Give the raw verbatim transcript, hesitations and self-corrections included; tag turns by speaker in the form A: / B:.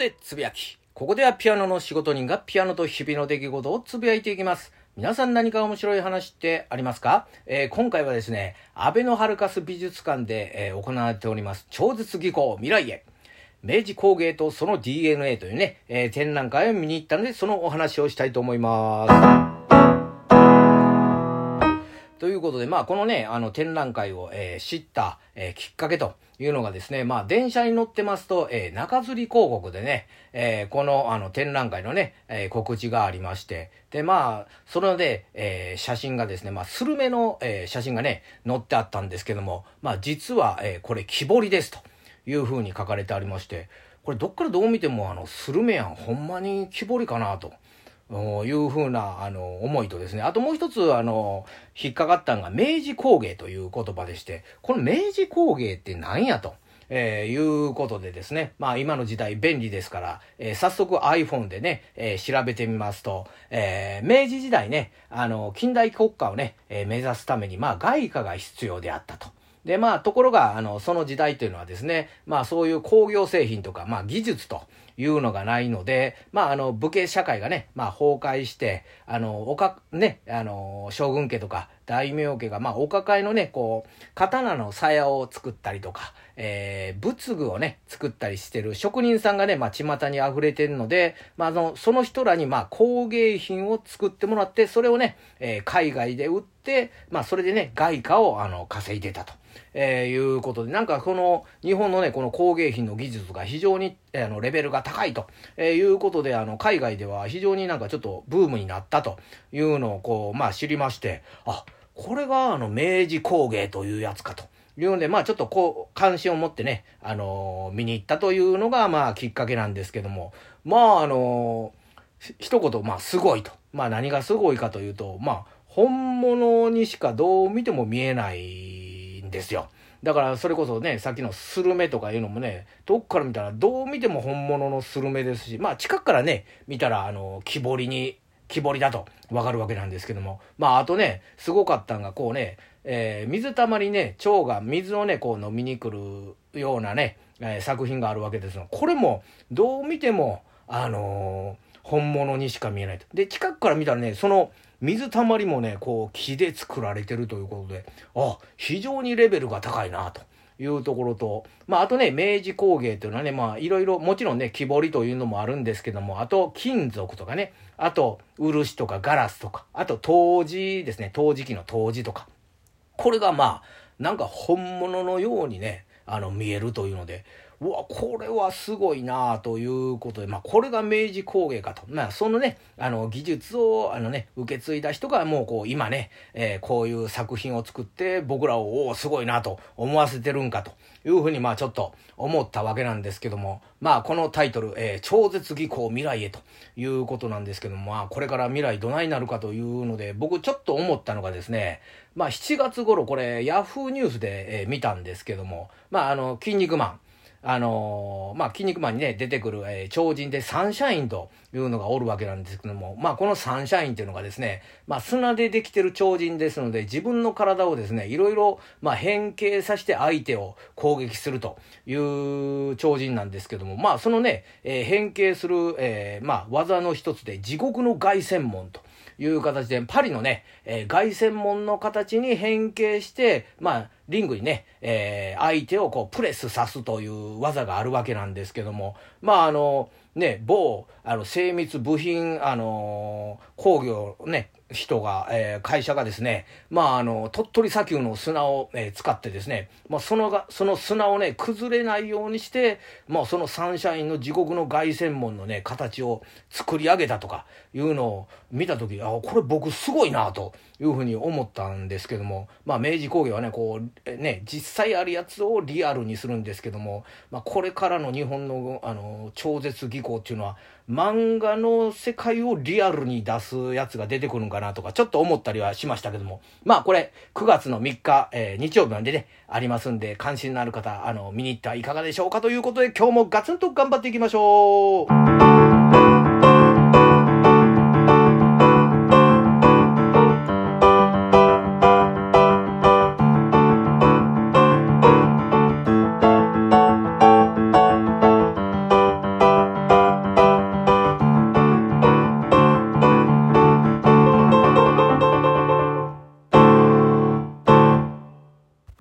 A: でつぶやき。ここではピアノの仕事人がピアノと日々の出来事をつぶやいていきます。皆さん何か面白い話ってありますか？えー、今回はですね、アベノハルカス美術館で、えー、行われております超絶技巧未来へ。明治工芸とその ディーエヌエー というね、えー、展覧会を見に行ったので、そのお話をしたいと思います。ということで、まあ、このね、あの展覧会を、えー、知った、えー、きっかけというのがですね、まあ、電車に乗ってますと、えー、中吊り広告でね、えー、この、あの、展覧会のね、えー、告知がありまして、で、まあ、それで、えー、写真がですね、まあ、スルメの、えー、写真がね、載ってあったんですけども、まあ、実は、えー、これ、木彫りですというふうに書かれてありまして、これ、どっからどう見ても、あの、スルメやん、ほんまに木彫りかなと。いうふうなあの思いとですね、あともう一つあの引っかかったのが明治工芸という言葉でして、この明治工芸って何やと、えー、いうことでですね、まあ今の時代便利ですから、えー、早速 iPhone でね、えー、調べてみますと、えー、明治時代ね、あの近代国家をね、えー、目指すためにまあ外貨が必要であったと。で、まあ、ところが、あの、その時代というのはですね、まあ、そういう工業製品とか、まあ、技術というのがないので、まあ、あの、武家社会がね、まあ、崩壊して、あの、おか、ね、あの、将軍家とか、大名家が、まあ、お抱えのね、こう、刀の鞘を作ったりとか、えー、仏具をね、作ったりしてる職人さんがね、まあ、巷に溢れてるので、まあ、あの、その人らに、まあ、工芸品を作ってもらって、それをね、えー、海外で売って、まあ、それでね、外貨を、あの、稼いでたと。えー、いうことで、なんかこの日本のね、この工芸品の技術が非常に、えー、あのレベルが高いと、えー、いうことで、あの海外では非常になんかちょっとブームになったというのをこう、まあ知りまして、あ、これがあの明治工芸というやつかというので、まあちょっとこう関心を持ってね、あのー、見に行ったというのがまあきっかけなんですけども、まああのー、一言、まあすごいと。まあ何がすごいかというと、まあ本物にしかどう見ても見えないんですよ。だからそれこそね、さっきのスルメとかいうのもね、どっから見たらどう見ても本物のスルメですし、まあ近くからね見たらあの木彫りに木彫りだとわかるわけなんですけども、まああとね、すごかったのがこうね、えー、水たまりね、蝶が水をねこう飲みに来るようなね、えー、作品があるわけですが、これもどう見てもあのー、本物にしか見えないと。で、近くから見たらね、その水たまりもね、こう木で作られてるということで、あ、非常にレベルが高いなというところと、まああとね、明治工芸というのはね、まあいろいろ、もちろんね、木彫りというのもあるんですけども、あと金属とかね、あと漆とかガラスとか、あと陶磁ですね、陶磁器の陶磁とか、これがまあなんか本物のようにね、あの見えるというので、うわ、これはすごいなということで、まあこれが明治工芸かと。まあそのね、あの技術をあのね、受け継いだ人がもうこう今ね、えー、こういう作品を作って僕らをおおすごいなと思わせてるんかというふうにまあちょっと思ったわけなんですけども、まあこのタイトル、えー、超絶技巧未来へということなんですけども、まあこれから未来どないなるかというので、僕ちょっと思ったのがですね、まあしちがつ頃これヤフーニュースで、えー、見たんですけども、まああの筋肉マン、あのー、まあ、筋肉マンにね、出てくる、えー、超人でサンシャインというのがおるわけなんですけども、まあ、このサンシャインっていうのがですね、まあ、砂でできてる超人ですので、自分の体をですね、いろいろ、まあ、変形させて相手を攻撃するという超人なんですけども、まあ、そのね、えー、変形する、えー、まあ、技の一つで、地獄の凱旋門という形で、パリのね、えー、凱旋門の形に変形して、まあ、リングにね、えー、相手をこうプレスさすという技があるわけなんですけども、まああのね、某あの精密部品あの工業ね人が、えー、会社がですね、まああの鳥取砂丘の砂を、えー、使ってですね、まあそのがその砂をね崩れないようにして、まあそのサンシャインの地獄の凱旋門のね形を作り上げたとかいうのを見た時、あ、これ僕すごいなというふうに思ったんですけども、まあ明治工芸はねこうね実際あるやつをリアルにするんですけども、まあこれからの日本のあの超絶技巧っていうのは漫画の世界をリアルに出すやつが出てくるんかなとかちょっと思ったりはしましたけども、まあこれくがつのみっか、えー、日曜日までねありますんで、関心のある方あの見に行ってはいかがでしょうかということで、今日もガツンと頑張っていきましょう。